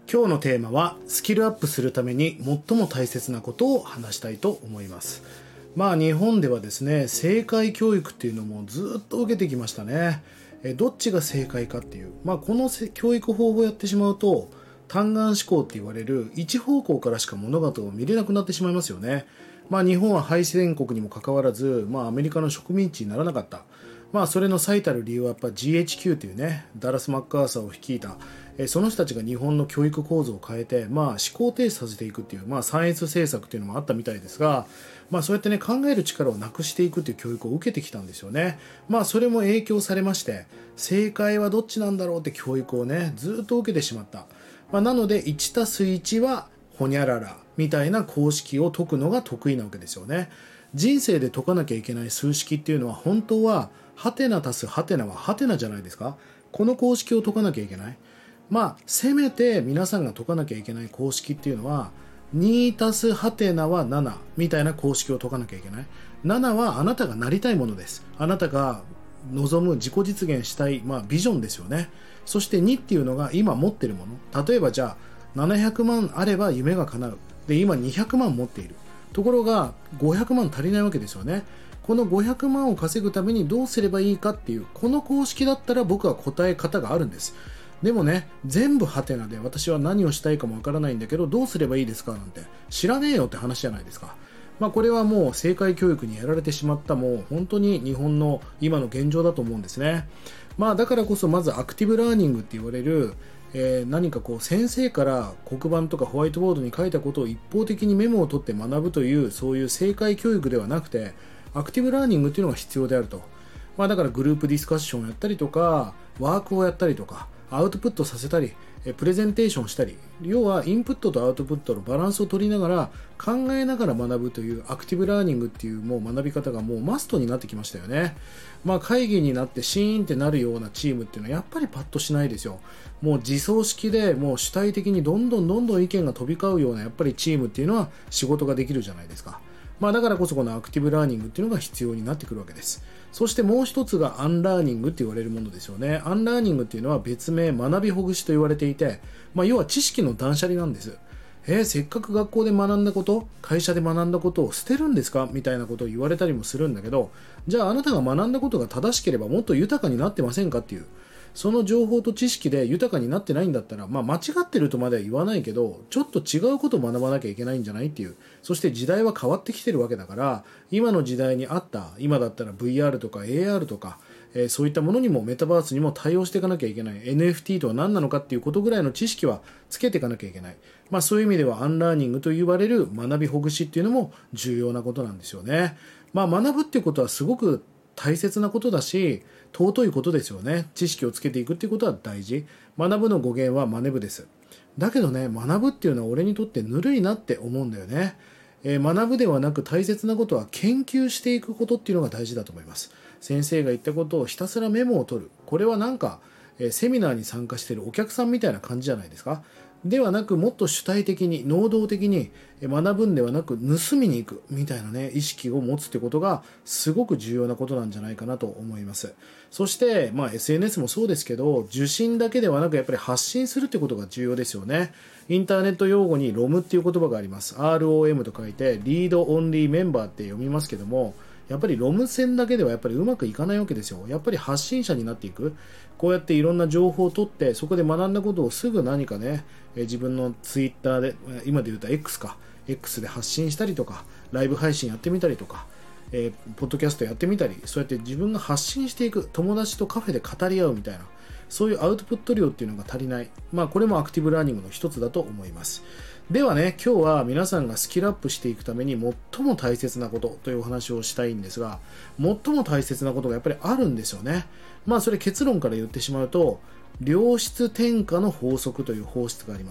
今日のテーマはスキルアップするために最も大切なことを話したいと思います。日本ではですね、正解教育っていうのもずっと受けてきましたね。どっちが正解かっていう、この教育方法をやってしまうと単眼思考って言われる一方向からしか物事を見れなくなってしまいますよね。日本は敗戦国にもかかわらず、アメリカの植民地にならなかった。それの最たる理由はやっぱ GHQ というね、ダラス・マッカーサーを率いた、その人たちが日本の教育構造を変えて、思考停止させていくっていう、サイエンス政策っていうのもあったみたいですが、そうやってね、考える力をなくしていくっていう教育を受けてきたんですよね。それも影響されまして、正解はどっちなんだろうって教育をね、ずっと受けてしまった。なので、1+1 はほにゃららみたいな公式を解くのが得意なわけですよね。人生で解かなきゃいけない数式っていうのは本当はハテナ足すハテナはハテナじゃないですか。この公式を解かなきゃいけない。せめて皆さんが解かなきゃいけない公式っていうのは2足すハテナは7みたいな公式を解かなきゃいけない。7はあなたがなりたいものです。あなたが望む自己実現したい、ビジョンですよね。そして2っていうのが今持ってるもの。例えばじゃあ700万あれば夢が叶う。で、今200万持っている。ところが500万足りないわけですよね。この500万を稼ぐためにどうすればいいかっていう、この公式だったら僕は答え方があるんです。でもね、全部ハテナで私は何をしたいかもわからないんだけど、どうすればいいですかなんて知らねえよって話じゃないですか。これはもう正解教育にやられてしまった、もう本当に日本の今の現状だと思うんですね。だからこそまずアクティブラーニングって言われる、何か先生から黒板とかホワイトボードに書いたことを一方的にメモを取って学ぶという、そういう正解教育ではなくてアクティブラーニングっていうのが必要であると。だからグループディスカッションをやったりとか、ワークをやったりとか、アウトプットさせたり、プレゼンテーションしたり、要はインプットとアウトプットのバランスを取りながら考えながら学ぶというアクティブラーニングっていうもう学び方がもうマストになってきましたよね。会議になってシーンってなるようなチームっていうのはやっぱりパッとしないですよ。もう自走式でもう主体的にどんどん意見が飛び交うようなやっぱりチームっていうのは仕事ができるじゃないですか。だからこそこのアクティブラーニングっていうのが必要になってくるわけです。そしてもう一つがアンラーニングって言われるものですよね。アンラーニングっていうのは別名学びほぐしと言われていて、要は知識の断捨離なんです。せっかく学校で学んだこと、会社で学んだことを捨てるんですかみたいなことを言われたりもするんだけど、じゃああなたが学んだことが正しければもっと豊かになってませんかっていう、その情報と知識で豊かになってないんだったら、間違ってるとまでは言わないけど、ちょっと違うことを学ばなきゃいけないんじゃないっていう。そして時代は変わってきてるわけだから、今の時代に合った、今だったら VR とか AR とか、そういったものにもメタバースにも対応していかなきゃいけない。NFT とは何なのかっていうことぐらいの知識はつけていかなきゃいけない。そういう意味ではアンラーニングと言われる学びほぐしっていうのも重要なことなんですよね。学ぶっていうことはすごく大切なことだし、尊いことですよね。知識をつけていくっていうことは大事。学ぶの語源はマネ部です。だけどね、学ぶっていうのは俺にとってぬるいなって思うんだよね。学ぶではなく大切なことは研究していくことっていうのが大事だと思います。先生が言ったことをひたすらメモを取る。これはなんか、セミナーに参加しているお客さんみたいな感じじゃないですか。ではなく、もっと主体的に能動的に学ぶんではなく盗みに行くみたいなね、意識を持つってことがすごく重要なことなんじゃないかなと思います。そして、SNS もそうですけど、受信だけではなくやっぱり発信するってことが重要ですよね。インターネット用語に ROM っていう言葉があります。ROM と書いて Read Only Member って読みますけども、やっぱりロム線だけではやっぱりうまくいかないわけですよ。やっぱり発信者になっていく。こうやっていろんな情報を取って、そこで学んだことをすぐ何かね、自分のツイッターで、今で言うと X か、X で発信したりとか、ライブ配信やってみたりとか、ポッドキャストやってみたり、そうやって自分が発信していく、友達とカフェで語り合うみたいな、そういうアウトプット量っていうのが足りない。これもアクティブラーニングの一つだと思います。ではね、今日は皆さんがスキルアップしていくために最も大切なことというお話をしたいんですが、最も大切なことがやっぱりあるんですよね。それ結論から言ってしまうと、量質転化の法則という法則があります。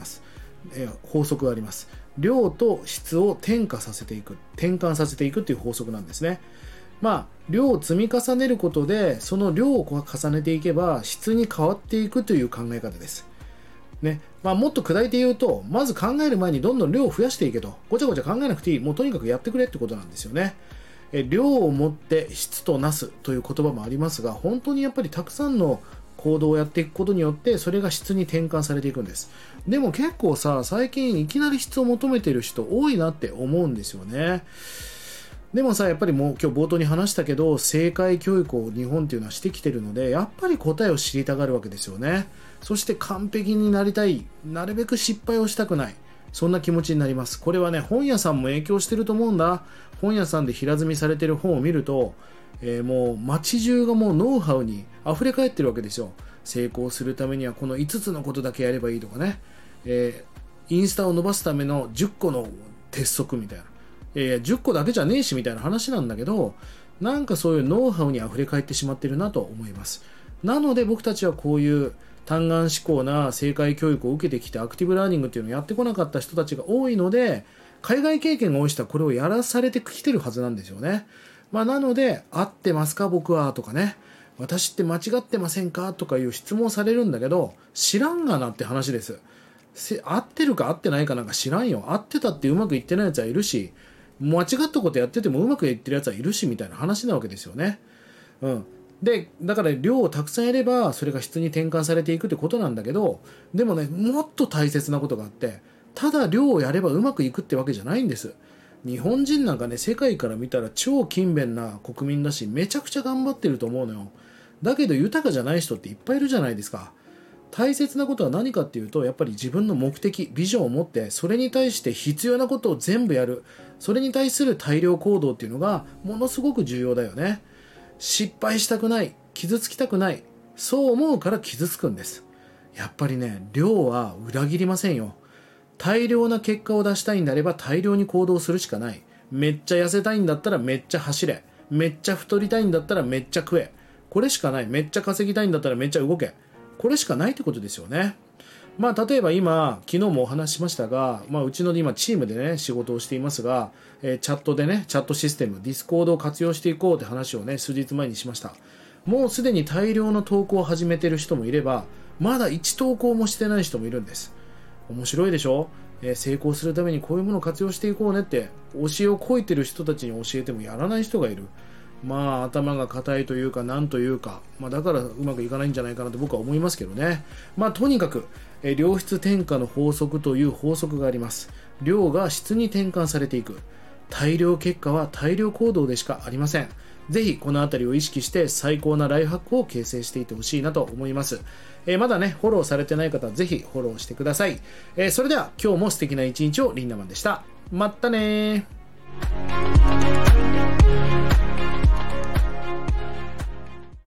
量と質を転換させていくという法則なんですね。量を積み重ねることで、その量を重ねていけば質に変わっていくという考え方です。ね。もっと砕いて言うと、まず考える前にどんどん量を増やしていけと。ごちゃごちゃ考えなくていい。もうとにかくやってくれってことなんですよね。量をもって質となすという言葉もありますが、本当にやっぱりたくさんの行動をやっていくことによってそれが質に転換されていくんです。でも結構さ、最近いきなり質を求めている人多いなって思うんですよね。でもさ、やっぱりもう今日冒頭に話したけど、正解教育を日本っていうのはしてきてるので、やっぱり答えを知りたがるわけですよね。そして完璧になりたい、なるべく失敗をしたくない、そんな気持ちになります。これはね、本屋さんも影響してると思うんだ。本屋さんで平積みされてる本を見ると、もう街中がもうノウハウに溢れ返ってるわけですよ。成功するためにはこの5つのことだけやればいいとかね、インスタを伸ばすための10個の鉄則みたいな、10個だけじゃねえしみたいな話なんだけど、なんかそういうノウハウに溢れ返ってしまってるなと思います。なので僕たちはこういう単眼思考な正解教育を受けてきてアクティブラーニングっていうのをやってこなかった人たちが多いので、海外経験が多い人はこれをやらされてきてるはずなんですよね。なので、合ってますか僕はとかね、私って間違ってませんかとかいう質問されるんだけど、知らんがなって話です。合ってるか合ってないかなんか知らんよ。合ってたってうまくいってないやつはいるし、間違ったことやっててもうまくいってるやつはいるしみたいな話なわけですよね。で、だから量をたくさんやればそれが質に転換されていくってことなんだけど、でもね、もっと大切なことがあって、ただ量をやればうまくいくってわけじゃないんです。日本人なんかね、世界から見たら超勤勉な国民だし、めちゃくちゃ頑張ってると思うのよ。だけど豊かじゃない人っていっぱいいるじゃないですか。大切なことは何かっていうと、やっぱり自分の目的、ビジョンを持って、それに対して必要なことを全部やる。それに対する大量行動っていうのがものすごく重要だよね。失敗したくない、傷つきたくない、そう思うから傷つくんです。やっぱりね、量は裏切りませんよ。大量な結果を出したいんであれば大量に行動するしかない。めっちゃ痩せたいんだったらめっちゃ走れ。めっちゃ太りたいんだったらめっちゃ食え。これしかない。めっちゃ稼ぎたいんだったらめっちゃ動け。これしかないってことですよね。例えば今、昨日もお話ししましたが、うちの今チームでね、仕事をしていますが、チャットでね、チャットシステム、ディスコードを活用していこうって話をね、数日前にしました。もうすでに大量の投稿を始めている人もいれば、まだ1投稿もしてない人もいるんです。面白いでしょ。成功するためにこういうものを活用していこうねって教えをこいてる人たちに教えてもやらない人がいる。頭が硬いというかなんというか、だからうまくいかないんじゃないかなと僕は思いますけどね。とにかく量質転化の法則という法則があります。量が質に転換されていく。大量結果は大量行動でしかありません。ぜひこのあたりを意識して最高なライフハックを形成していってほしいなと思います。まだね、フォローされてない方はぜひフォローしてください。それでは今日も素敵な一日をリンダマンでした。まったねー。